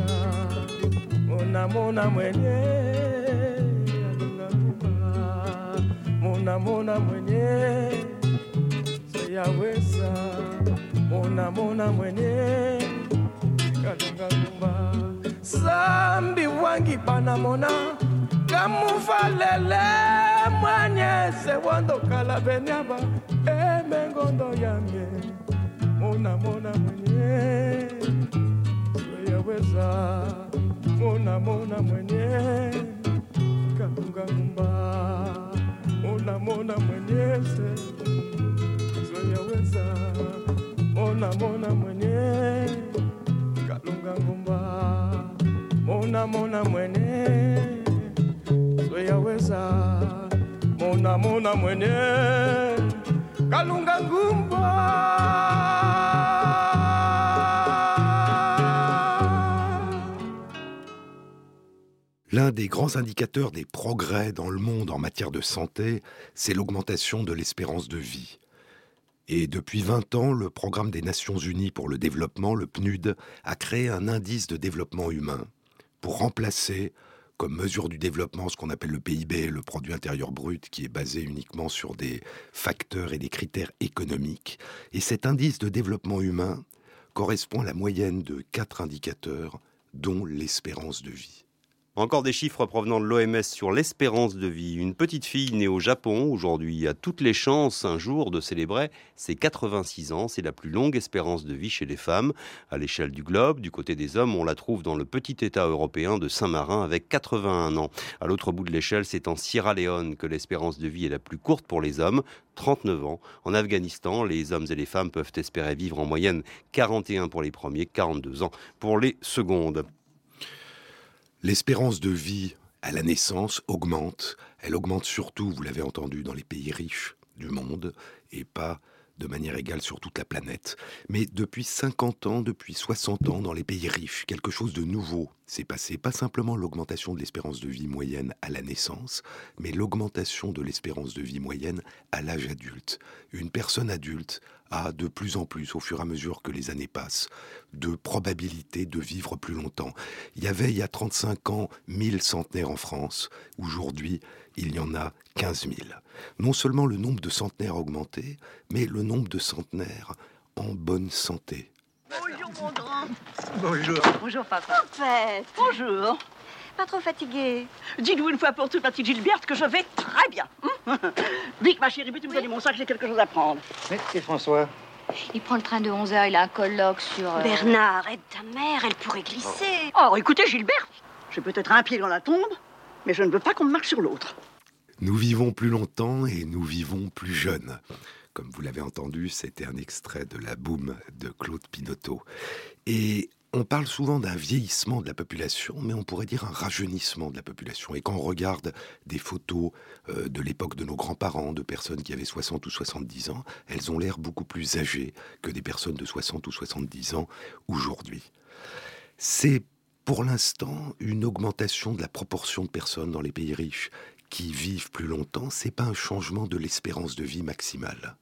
Mona mwenye Kalunga ngumba Mona mwenye Swea weza Mona mwenye Kalunga ngumba Zambi wangi panamona Kamufalele Mwanyeze wando kala benyaba Emengondo yamye Mona mwenye Swea weza Mona mwenye Kalunga ngumba Mona mwenye Swea weza Mona mwenye Kalunga ngumba Mona mwenye Swea weza Mona mwenye Kalunga ngumba. L'un des grands indicateurs des progrès dans le monde en matière de santé, c'est l'augmentation de l'espérance de vie. Et depuis 20 ans, le Programme des Nations Unies pour le développement, le PNUD, a créé un indice de développement humain pour remplacer, comme mesure du développement ce qu'on appelle le PIB, le produit intérieur brut, qui est basé uniquement sur des facteurs et des critères économiques. Et cet indice de développement humain correspond à la moyenne de 4 indicateurs, dont l'espérance de vie. Encore des chiffres provenant de l'OMS sur l'espérance de vie. Une petite fille née au Japon, aujourd'hui, a toutes les chances un jour de célébrer ses 86 ans. C'est la plus longue espérance de vie chez les femmes. À l'échelle du globe, du côté des hommes, on la trouve dans le petit État européen de Saint-Marin avec 81 ans. À l'autre bout de l'échelle, c'est en Sierra Leone que l'espérance de vie est la plus courte pour les hommes, 39 ans. En Afghanistan, les hommes et les femmes peuvent espérer vivre en moyenne 41 pour les premiers, 42 ans pour les secondes. L'espérance de vie à la naissance augmente. Elle augmente surtout, vous l'avez entendu, dans les pays riches du monde et pas de manière égale sur toute la planète. Mais depuis 50 ans, depuis 60 ans, dans les pays riches, quelque chose de nouveau s'est passé. Pas simplement l'augmentation de l'espérance de vie moyenne à la naissance, mais l'augmentation de l'espérance de vie moyenne à l'âge adulte. Une personne adulte a de plus en plus, au fur et à mesure que les années passent, de probabilité de vivre plus longtemps. Il y avait, il y a 35 ans, 1000 centenaires en France. Aujourd'hui, il y en a 15 000. Non seulement le nombre de centenaires a augmenté, mais le nombre de centenaires en bonne santé. Bonjour mon grand. Bonjour. Bonjour papa. En fait. Bonjour. Pas trop fatigué. Dites-vous une fois pour toutes, ma petite Gilberte, que je vais très bien. Dick, ma chérie, peux-tu me donner mon sac, j'ai quelque chose à prendre. Merci François. Il prend le train de 11h, il a un colloque sur... Bernard, aide ta mère, elle pourrait glisser. Oh, écoutez Gilberte, j'ai peut-être un pied dans la tombe, mais je ne veux pas qu'on me marche sur l'autre. Nous vivons plus longtemps et nous vivons plus jeunes. Comme vous l'avez entendu, c'était un extrait de La Boum de Claude Pinoteau. Et on parle souvent d'un vieillissement de la population, mais on pourrait dire un rajeunissement de la population. Et quand on regarde des photos de l'époque de nos grands-parents, de personnes qui avaient 60 ou 70 ans, elles ont l'air beaucoup plus âgées que des personnes de 60 ou 70 ans aujourd'hui. C'est pour l'instant une augmentation de la proportion de personnes dans les pays riches qui vivent plus longtemps. C'est pas un changement de l'espérance de vie maximale.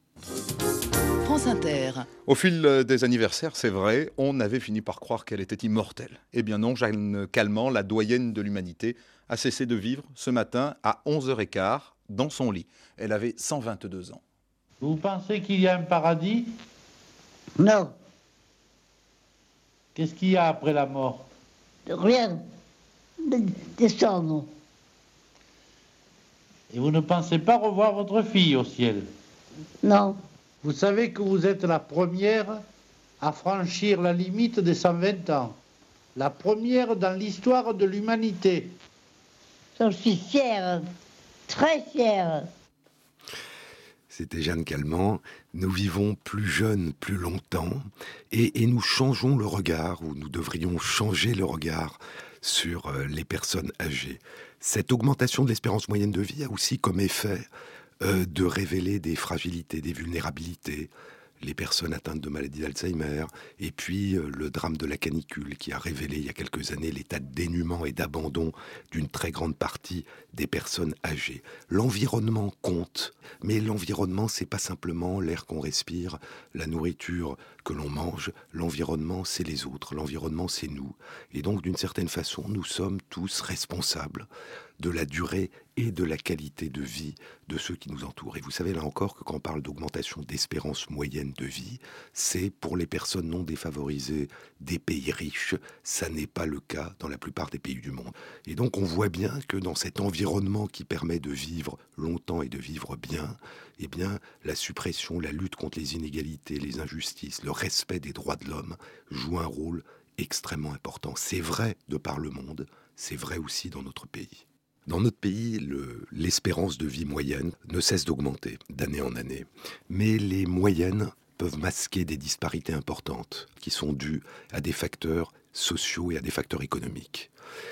France Inter. Au fil des anniversaires, c'est vrai, on avait fini par croire qu'elle était immortelle. Eh bien non, Jeanne Calment, la doyenne de l'humanité, a cessé de vivre ce matin à 11h15 dans son lit. Elle avait 122 ans. Vous pensez qu'il y a un paradis? Non. Qu'est-ce qu'il y a après la mort? Rien. Descendre. Et vous ne pensez pas revoir votre fille au ciel? Non. Vous savez que vous êtes la première à franchir la limite des 120 ans. La première dans l'histoire de l'humanité. J'en suis fière. Très fière. C'était Jeanne Calment. Nous vivons plus jeunes, plus longtemps, et nous changeons le regard, ou nous devrions changer le regard sur les personnes âgées. Cette augmentation de l'espérance moyenne de vie a aussi comme effet de révéler des fragilités, des vulnérabilités, les personnes atteintes de maladie d'Alzheimer, et puis le drame de la canicule qui a révélé il y a quelques années l'état de dénuement et d'abandon d'une très grande partie des personnes âgées. L'environnement compte, mais l'environnement, c'est pas simplement l'air qu'on respire, la nourriture que l'on mange. L'environnement, c'est les autres. L'environnement, c'est nous. Et donc, d'une certaine façon, nous sommes tous responsables de la durée et de la qualité de vie de ceux qui nous entourent. Et vous savez, là encore, que quand on parle d'augmentation d'espérance moyenne de vie, c'est pour les personnes non défavorisées des pays riches. Ça n'est pas le cas dans la plupart des pays du monde. Et donc, on voit bien que dans cet environnement qui permet de vivre longtemps et de vivre bien, eh bien, la suppression, la lutte contre les inégalités, les injustices, le respect des droits de l'homme joue un rôle extrêmement important. C'est vrai de par le monde, c'est vrai aussi dans notre pays. Dans notre pays, l'espérance de vie moyenne ne cesse d'augmenter d'année en année. Mais les moyennes peuvent masquer des disparités importantes qui sont dues à des facteurs sociaux et à des facteurs économiques.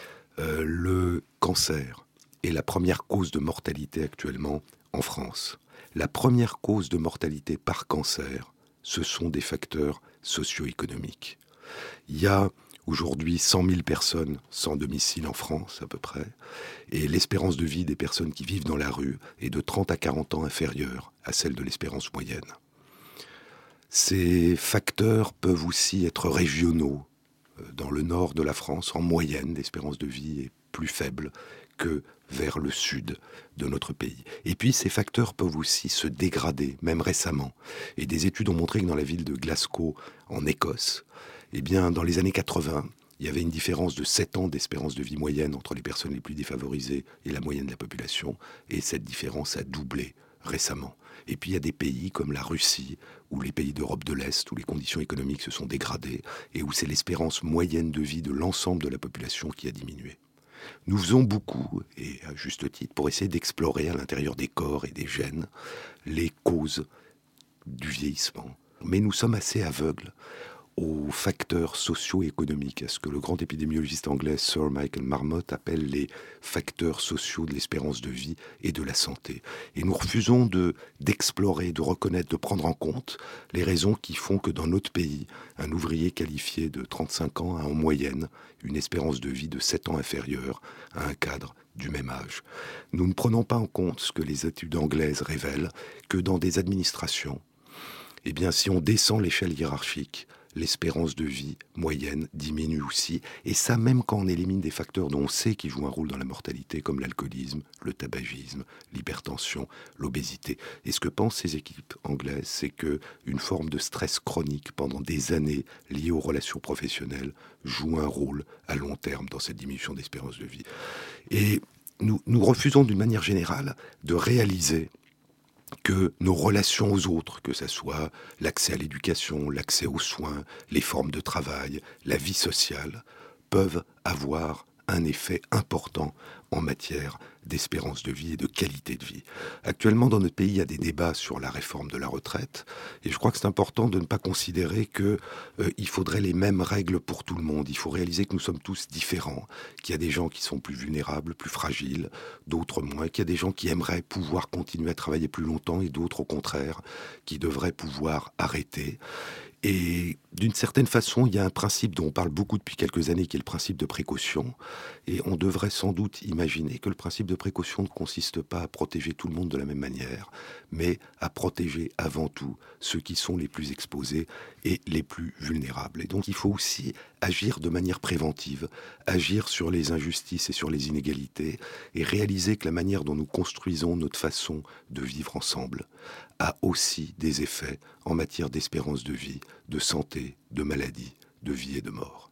Le cancer est la première cause de mortalité actuellement en France. La première cause de mortalité par cancer, ce sont des facteurs socio-économiques. Il y a aujourd'hui 100 000 personnes sans domicile en France à peu près, et l'espérance de vie des personnes qui vivent dans la rue est de 30 à 40 ans inférieure à celle de l'espérance moyenne. Ces facteurs peuvent aussi être régionaux. Dans le nord de la France, en moyenne, l'espérance de vie est plus faible que vers le sud de notre pays. Et puis ces facteurs peuvent aussi se dégrader, même récemment. Et des études ont montré que dans la ville de Glasgow, en Écosse, eh bien, dans les années 80, il y avait une différence de 7 ans d'espérance de vie moyenne entre les personnes les plus défavorisées et la moyenne de la population. Et cette différence a doublé récemment. Et puis il y a des pays comme la Russie ou les pays d'Europe de l'Est où les conditions économiques se sont dégradées et où c'est l'espérance moyenne de vie de l'ensemble de la population qui a diminué. Nous faisons beaucoup, et à juste titre, pour essayer d'explorer à l'intérieur des corps et des gènes les causes du vieillissement. Mais nous sommes assez aveugles aux facteurs socio-économiques, à ce que le grand épidémiologiste anglais Sir Michael Marmot appelle les facteurs sociaux de l'espérance de vie et de la santé. Et nous refusons d'explorer, de reconnaître, de prendre en compte les raisons qui font que dans notre pays, un ouvrier qualifié de 35 ans a en moyenne une espérance de vie de 7 ans inférieure à un cadre du même âge. Nous ne prenons pas en compte ce que les études anglaises révèlent, que dans des administrations, eh bien, si on descend l'échelle hiérarchique, l'espérance de vie moyenne diminue aussi. Et ça, même quand on élimine des facteurs dont on sait qu'ils jouent un rôle dans la mortalité, comme l'alcoolisme, le tabagisme, l'hypertension, l'obésité. Et ce que pensent ces équipes anglaises, c'est qu'une forme de stress chronique pendant des années liée aux relations professionnelles joue un rôle à long terme dans cette diminution d'espérance de vie. Et nous refusons d'une manière générale de réaliser que nos relations aux autres, que ce soit l'accès à l'éducation, l'accès aux soins, les formes de travail, la vie sociale, peuvent avoir un effet important en matière d'espérance de vie et de qualité de vie. Actuellement, dans notre pays, il y a des débats sur la réforme de la retraite, et je crois que c'est important de ne pas considérer qu'il faudrait les mêmes règles pour tout le monde. Il faut réaliser que nous sommes tous différents, qu'il y a des gens qui sont plus vulnérables, plus fragiles, d'autres moins, qu'il y a des gens qui aimeraient pouvoir continuer à travailler plus longtemps et d'autres, au contraire, qui devraient pouvoir arrêter. Et d'une certaine façon, il y a un principe dont on parle beaucoup depuis quelques années, qui est le principe de précaution. Et on devrait sans doute imaginer que le principe de précaution ne consiste pas à protéger tout le monde de la même manière, mais à protéger avant tout ceux qui sont les plus exposés et les plus vulnérables. Et donc il faut aussi agir de manière préventive, agir sur les injustices et sur les inégalités, et réaliser que la manière dont nous construisons notre façon de vivre ensemble a aussi des effets en matière d'espérance de vie, de santé, de maladie, de vie et de mort.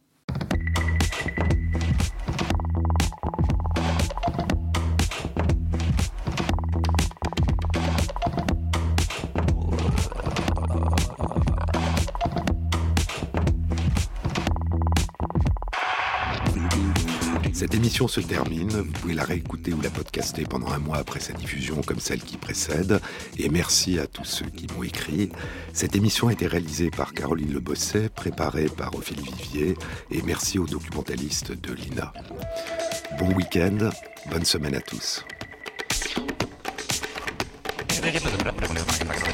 Cette émission se termine, vous pouvez la réécouter ou la podcaster pendant un mois après sa diffusion comme celle qui précède, et merci à tous ceux qui m'ont écrit. Cette émission a été réalisée par Caroline Le Bosset, préparée par Ophélie Vivier, et merci aux documentalistes de l'INA. Bon week-end, bonne semaine à tous.